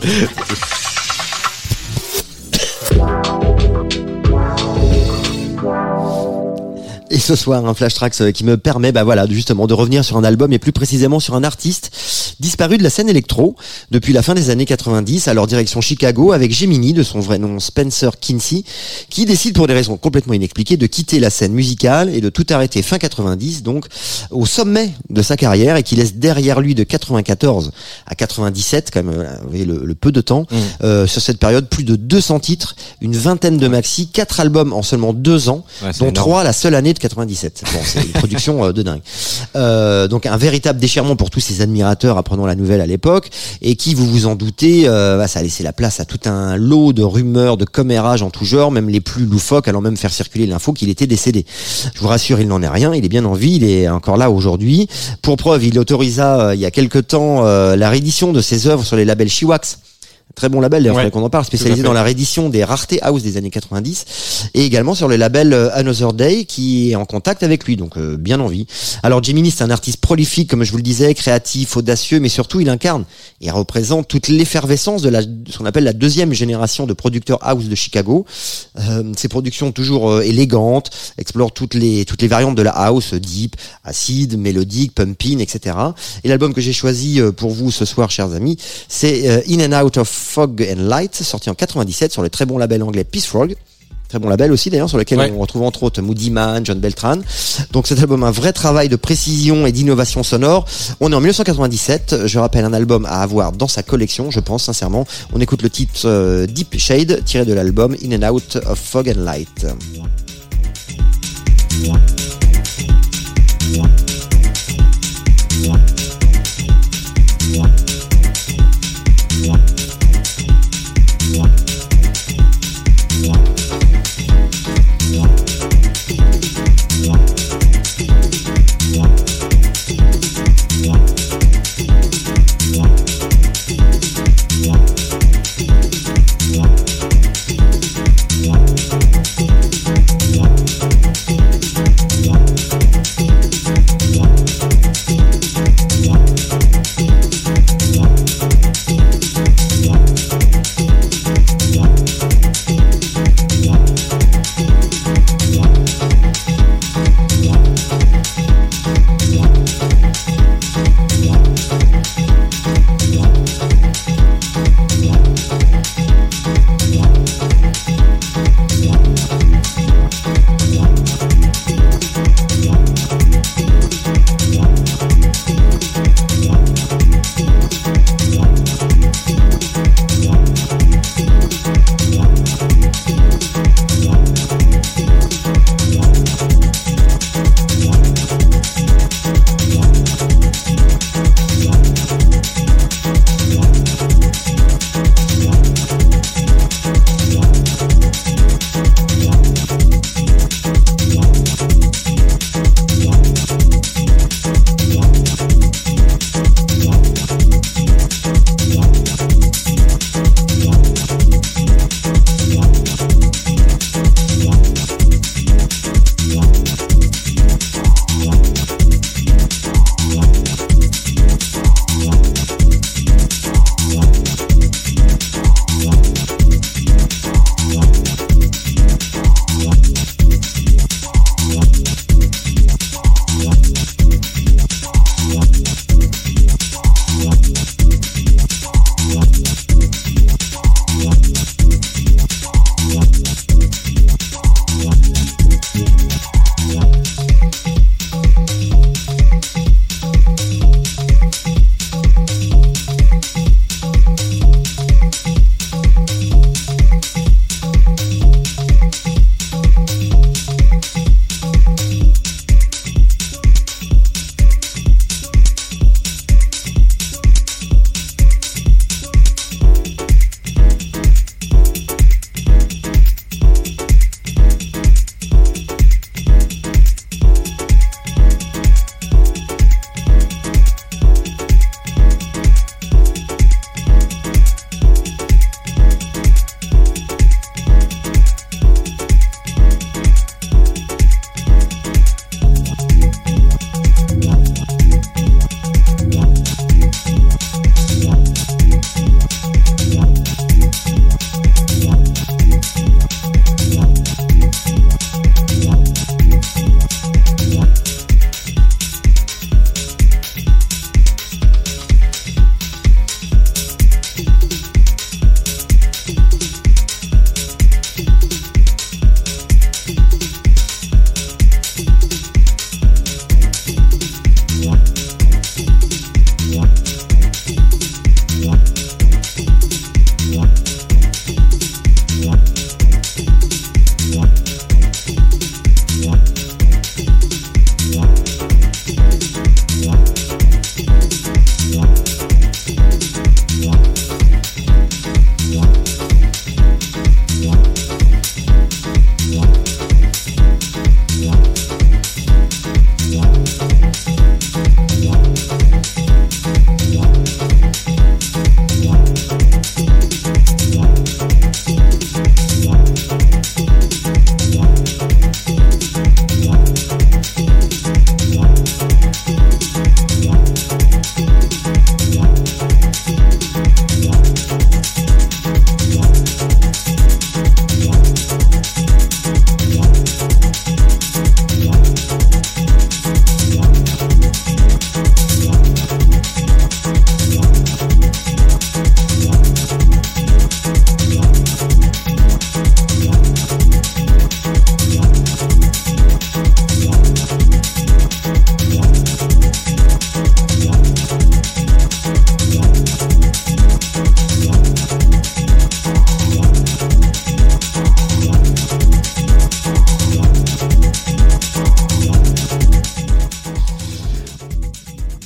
Et ce soir, un flash tracks qui me permet, bah voilà, justement, de revenir sur un album et plus précisément sur un artiste disparu de la scène électro depuis la fin des années quatre-vingt-dix, alors direction Chicago avec Gemini, de son vrai nom Spencer Kinsey, qui décide pour des raisons complètement inexpliquées de quitter la scène musicale et de tout arrêter fin quatre-vingt-dix, donc au sommet de sa carrière, et qui laisse derrière lui de quatre-vingt-quatorze à quatre-vingt-dix-sept, quand même, vous voyez le, le peu de temps, mmh. euh, sur cette période, plus de deux cents titres, une vingtaine de maxi, quatre albums en seulement deux ans, ouais, dont énorme. trois la seule année de quatre-vingt-dix-sept. Bon, c'est une production euh, de dingue. Euh, donc un véritable déchirement pour tous ses admirateurs apprenant la nouvelle à l'époque, et qui, vous vous en doutez, euh, bah, ça a laissé la place à tout un lot de rumeurs, de commérages en tout genre, même les plus loufoques, allant même faire circuler l'info qu'il était décédé. Je vous rassure, il n'en est rien, il est bien en vie, il est encore là aujourd'hui. Pour preuve, il autorisa euh, il y a quelque temps euh, la réédition de ses œuvres sur les labels Chiwax. Très bon label, d'ailleurs, ouais, qu'on en parle, spécialisé dans la réédition des raretés house des années quatre-vingt-dix, et également sur le label Another Day, qui est en contact avec lui, donc euh, bien en vie. Alors Gemini, c'est un artiste prolifique, comme je vous le disais, créatif, audacieux, mais surtout il incarne et représente toute l'effervescence de, la, de ce qu'on appelle la deuxième génération de producteurs house de Chicago. Euh, ses productions toujours euh, élégantes, explorent toutes les toutes les variantes de la house, deep, acide, mélodique, pumping, et cetera. Et l'album que j'ai choisi pour vous ce soir, chers amis, c'est euh, In and Out of Fog and Light, sorti en quatre-vingt-dix-sept sur le très bon label anglais Peace Frog. Très bon label aussi d'ailleurs, sur lequel ouais. on retrouve entre autres Moody Man, John Beltran. Donc cet album, un vrai travail de précision et d'innovation sonore. On est en dix-neuf cent quatre-vingt-dix-sept, je rappelle, un album à avoir dans sa collection, je pense sincèrement. On écoute le titre euh, Deep Shade, tiré de l'album In and Out of Fog and Light.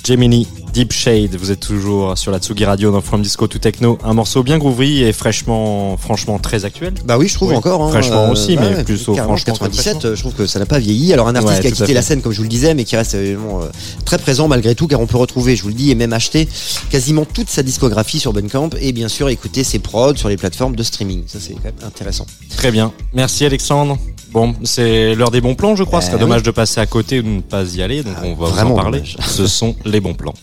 Gemini, Deep Shade. Vous êtes toujours sur la Tsugi Radio dans From Disco to Techno. Un morceau bien groovy et fraîchement, franchement très actuel. Bah oui, je trouve Oui, encore. Hein, fraîchement euh, aussi, bah mais ouais, plus au carrément, franchement. quatre-vingt-dix-sept, je trouve que ça n'a pas vieilli. Alors un artiste Ouais, qui a tout à quitté la fait. scène, comme je vous le disais, mais qui reste évidemment euh, très présent malgré tout, car on peut retrouver, je vous le dis, et même acheter quasiment toute sa discographie sur Bandcamp et bien sûr écouter ses prods sur les plateformes de streaming. Ça c'est quand même intéressant. Très bien. Merci Alexandre. Bon, c'est l'heure des bons plans, je crois. Euh, Ce serait dommage de passer à côté ou de ne pas y aller, donc Ah, on va vous vraiment en parler. dommage. Ce sont les bons plans.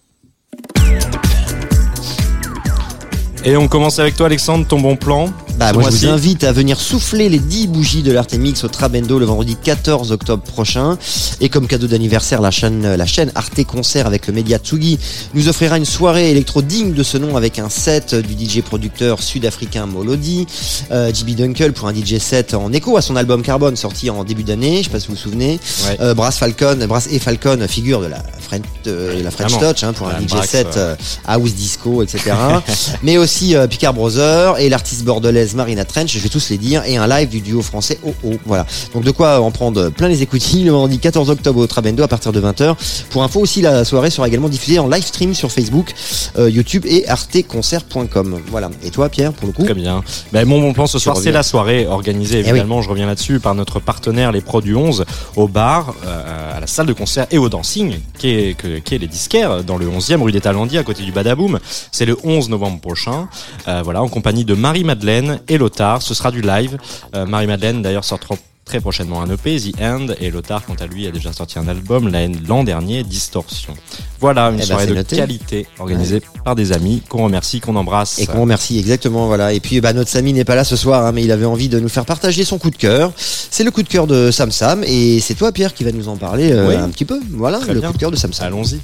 Et on commence avec toi Alexandre, ton bon plan. Bah, Ce moi, je mois-ci. vous invite à venir souffler les dix bougies de l'Artemix au Trabendo le vendredi quatorze octobre prochain. Et comme cadeau d'anniversaire, la chaîne, la chaîne Arte Concert avec le média Tsugi nous offrira une soirée électro digne de ce nom avec un set du D J producteur sud-africain Molody, euh, J B Dunkel pour un D J set en écho à son album Carbone sorti en début d'année, je sais pas si vous vous souvenez. Ouais. Euh, Brass Falcon, Brass et Falcon, figure de la French, euh, la French Vraiment. Touch, hein, pour un Ouais, D J Brax, set ouais. euh, house disco, et cetera. Mais aussi euh, Picard Brothers et l'artiste bordelaise Marina Trench, je vais tous les dire, et un live du duo français O O. Voilà. Donc de quoi en prendre plein les écoutilles le vendredi quatorze octobre au Trabendo à partir de vingt heures. Pour info aussi, la soirée sera également diffusée en live stream sur Facebook, euh, YouTube et arteconcert point com. Voilà. Et toi Pierre, pour le coup? Très bien. Ben, mon bon plan ce soir, reviens. c'est la soirée organisée Eh évidemment, je reviens là-dessus, par notre partenaire Les Pros du onze, au bar, euh, à la salle de concert et au dancing, qui est, que, qui est les disquaires, dans le onzième rue des Talendiers, à côté du Badaboom. C'est le onze novembre prochain, euh, voilà, en compagnie de Marie-Madeleine et Lothar. Ce sera du live. Euh, Marie-Madeleine d'ailleurs sortira très prochainement un E P, The End, et Lothar, quant à lui, a déjà sorti un album l'an dernier, Distorsion. Voilà, une Eh ben, soirée c'est de noté. qualité organisée par des amis qu'on remercie, qu'on embrasse. Et qu'on remercie, exactement, voilà. Et puis, bah, notre Samy n'est pas là ce soir, hein, mais il avait envie de nous faire partager son coup de cœur. C'est le coup de cœur de Sam Sam, et c'est toi, Pierre, qui va nous en parler euh, Oui. un petit peu. Voilà, Très le bien. coup de cœur de Sam Sam. Allons-y.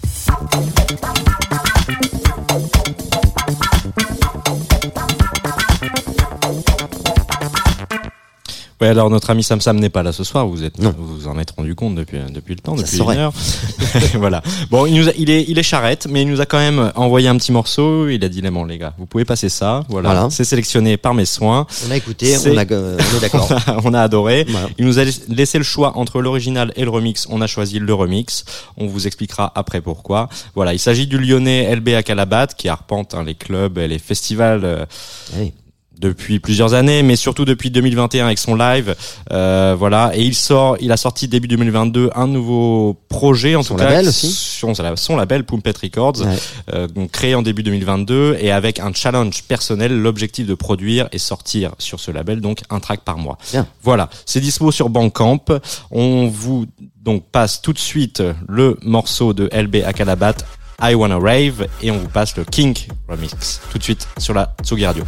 Ouais, alors notre ami Sam Sam n'est pas là ce soir. Vous êtes, Non. vous vous en êtes rendu compte depuis depuis le temps, Ça depuis saurait. une heure. Voilà. Bon, il nous a, il est il est charrette, mais il nous a quand même envoyé un petit morceau. Il a dit bon les gars, vous pouvez passer ça. Voilà. Voilà. C'est sélectionné par mes soins. On a écouté, C'est- on, a, euh, on est d'accord. On a, on a adoré. Voilà. Il nous a laissé le choix entre l'original et le remix. On a choisi le remix. On vous expliquera après pourquoi. Voilà, il s'agit du Lyonnais L B à Calabat qui arpente hein, les clubs et les festivals euh, Oui. depuis plusieurs années, mais surtout depuis deux mille vingt et un avec son live. Euh, voilà, et il sort, il a sorti début deux mille vingt-deux un nouveau projet en Son tout cas, label aussi. son, son label Pumpet Records, Ouais. euh, donc créé en début deux mille vingt-deux et avec un challenge personnel, l'objectif de produire et sortir sur ce label donc un track par mois. Bien. Voilà, c'est dispo sur Bandcamp. On vous donc passe tout de suite le morceau de L B à Calabat, I Wanna Rave, et on vous passe le Kink Remix tout de suite sur la Tsugi Radio.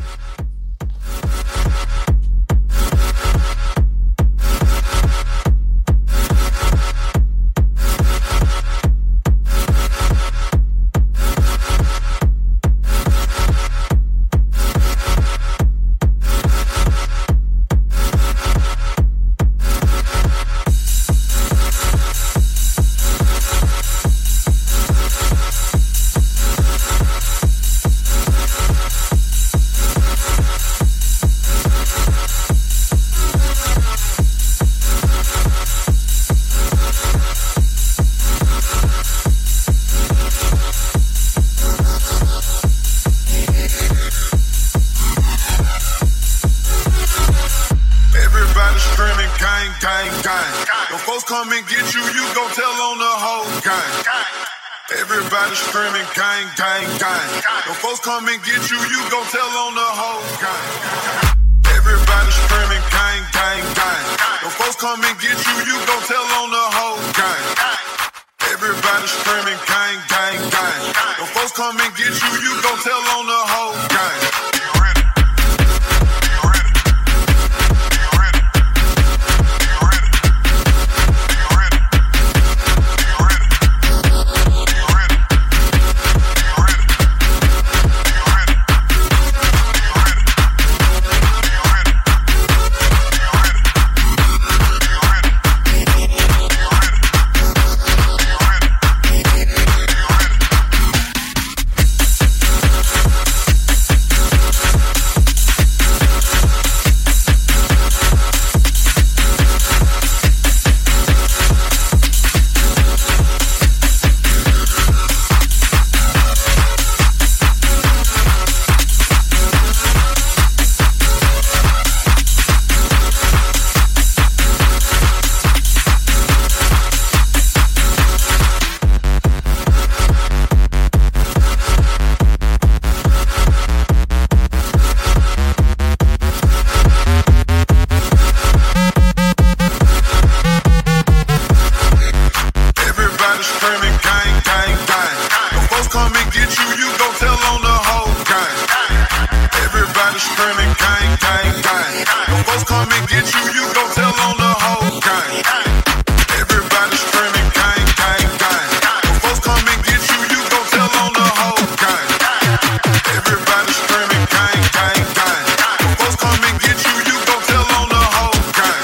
Everybody screaming gang, gang, gang. When folks come and get you, you gon' tell on the whole gang. Everybody screaming gang, gang, gang. When folks come and get you, you gon' tell on the whole gang. Everybody screaming gang, gang, gang. When folks come and get you, you gon' tell on the whole gang. Everybody screaming gang, gang, gang. When folks come and get you, you gon' tell on the whole gang. and get you, you gon' tell on the whole gang. Everybody screaming gang, gang, gang. When folks come and get you, you gon' tell on the whole gang. Everybody screaming gang, gang, gang. When folks come and get you, you gon' tell on the whole gang.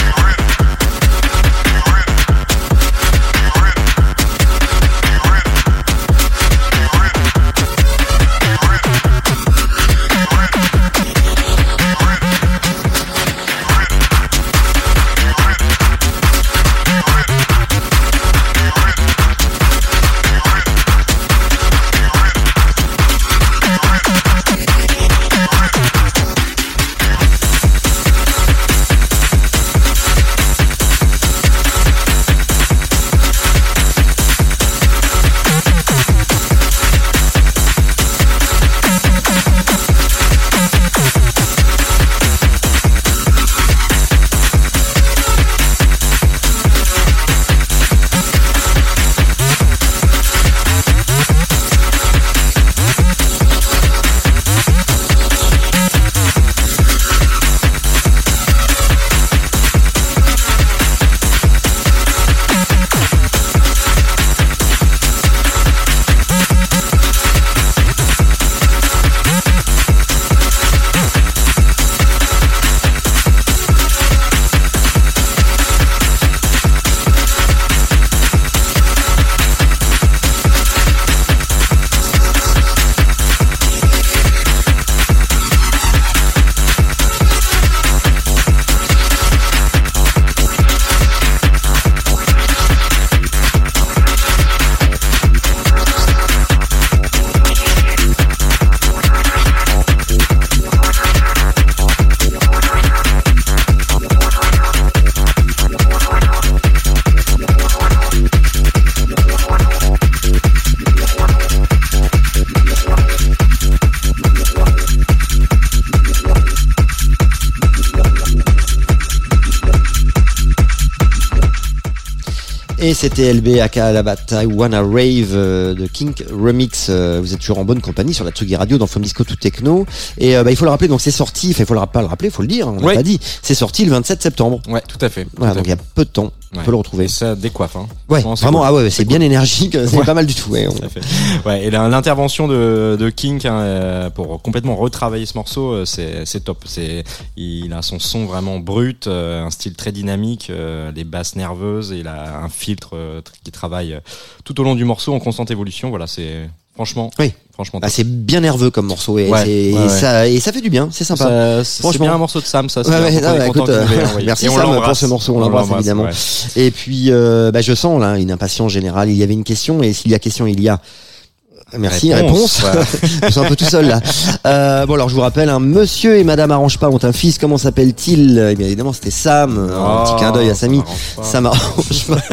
Et c'était L B aka la bataille Wanna Rave euh, de Kink Remix. Euh, vous êtes toujours en bonne compagnie sur la Tsugi Radio dans From Disco to Techno. Et euh, bah, il faut le rappeler, donc c'est sorti, il faut le, pas le rappeler, il faut le dire, on l'a ouais. pas dit. C'est sorti le vingt-sept septembre. Ouais, tout à fait. Voilà, tout donc il y a peu de temps. On ouais. peut le retrouver. Et ça décoiffe, hein. Ouais, Franchement, vraiment, cool. ah ouais, c'est, c'est bien cool. énergique, c'est ouais. pas mal du tout. Ouais, on... Tout à fait. Ouais, et là, l'intervention de, de Kink hein, euh, pour complètement retravailler ce morceau, euh, c'est, c'est top. C'est, il a son son vraiment brut, euh, un style très dynamique, euh, des basses nerveuses, et il a un filtre euh, qui travaille tout au long du morceau en constante évolution. Voilà, c'est franchement. Oui. Franchement, bah, c'est bien nerveux comme morceau et, ouais, c'est, ouais, et ouais. ça et ça fait du bien, c'est sympa. Ça, c'est, c'est bien un morceau de Sam, ça. C'est ouais, ouais, non, bah, écoute, euh, merci Sam pour ce morceau, on, on l'embrasse, l'embrasse évidemment. Ouais. Et puis, euh, bah, je sens là une impatience générale. Il y avait une question et s'il y a question, il y a. Merci, réponse. réponse. Ouais. Je suis un peu tout seul là. Euh, bon alors je vous rappelle, hein, Monsieur et Madame Arrange pas ont un fils. Comment s'appelle-t-il ? Eh bien évidemment c'était Sam. Oh, un petit clin d'œil à Samy. Ça m'arrange pas.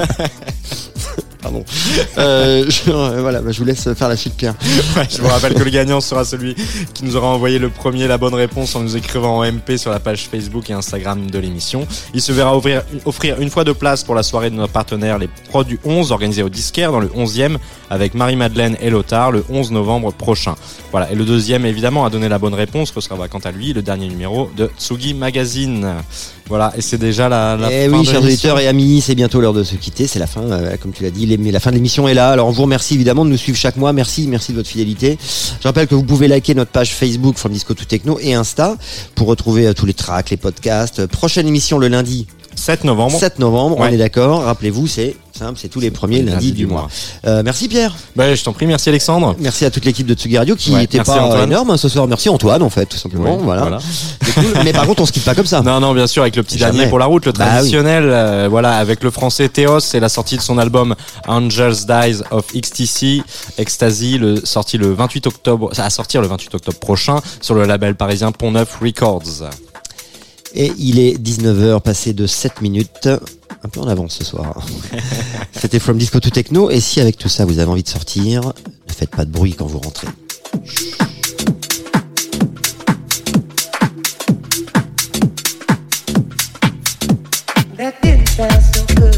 Pardon. Euh, je, euh, voilà, bah, je vous laisse faire la suite, Pierre. Ouais, je vous rappelle que le gagnant sera celui qui nous aura envoyé le premier la bonne réponse en nous écrivant en M P sur la page Facebook et Instagram de l'émission. Il se verra offrir, offrir une fois de place pour la soirée de notre partenaire Les Prods du onze, organisée au Disquaire dans le onzième avec Marie-Madeleine et Lothar le onze novembre prochain. Voilà. Et le deuxième, évidemment, a donné la bonne réponse, recevra quant à lui le dernier numéro de Tsugi Magazine. Voilà. Et c'est déjà la, la et fin oui, de chers l'émission. auditeurs et amis, c'est bientôt l'heure de se quitter. C'est la fin, euh, comme tu l'as dit, les, la fin de l'émission est là. Alors on vous remercie évidemment de nous suivre chaque mois. Merci, merci de votre fidélité. Je rappelle que vous pouvez liker notre page Facebook From Disco to Techno et Insta pour retrouver euh, tous les tracks, les podcasts. Prochaine émission le lundi sept novembre. sept novembre, ouais. On est d'accord. Rappelez-vous, c'est simple, c'est tous les premiers lundis lundi du mois. mois. Euh, merci Pierre. Bah, je t'en prie, merci Alexandre. Merci à toute l'équipe de Tsugi Radio qui ouais, était pas Antoine. énorme ce soir. Merci Antoine en fait, tout simplement. Oui, voilà. voilà. C'est cool. Mais par contre, on se quitte pas comme ça. Non, non, bien sûr, avec le petit Jamais. dernier pour la route, le bah, traditionnel. Oui. Euh, voilà, avec le français Théos, c'est la sortie de son album Angels Dies of X T C, Ecstasy, le sorti le vingt-huit octobre, à sortir le vingt-huit octobre prochain sur le label parisien Pont Neuf Records. Et il est dix-neuf heures passé de sept minutes. Un peu en avance ce soir. C'était From Disco to Techno. Et si avec tout ça vous avez envie de sortir, ne faites pas de bruit quand vous rentrez. That didn't sound so good.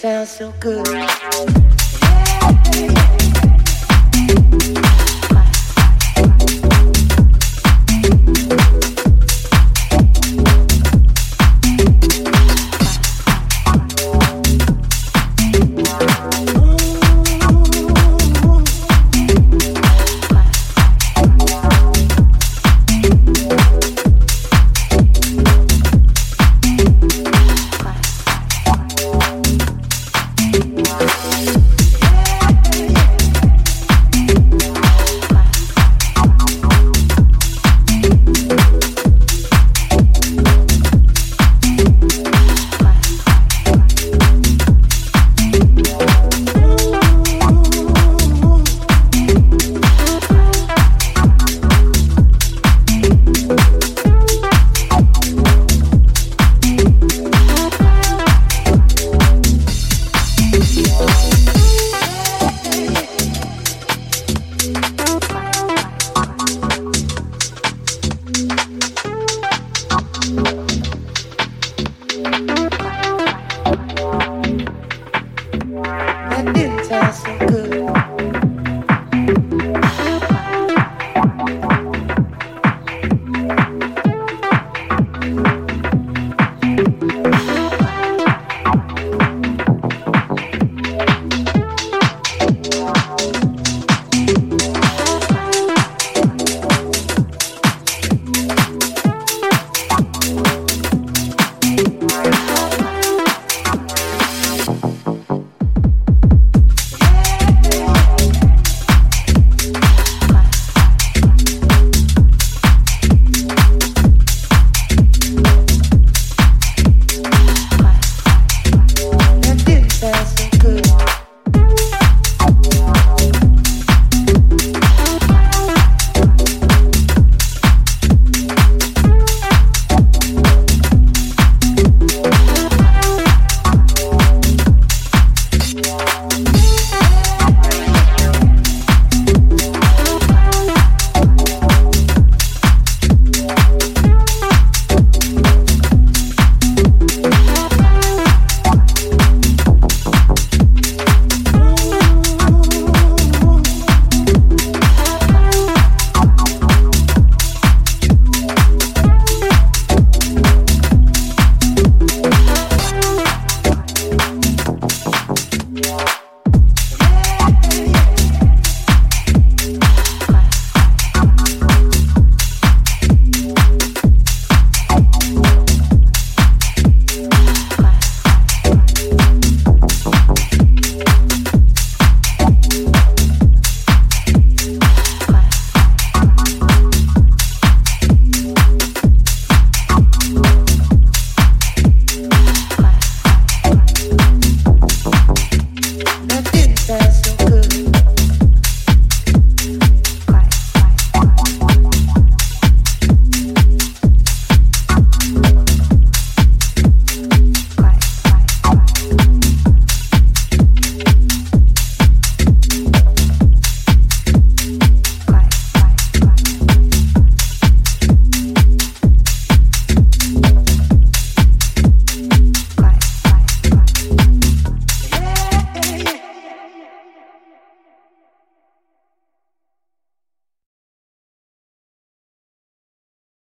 sound so good.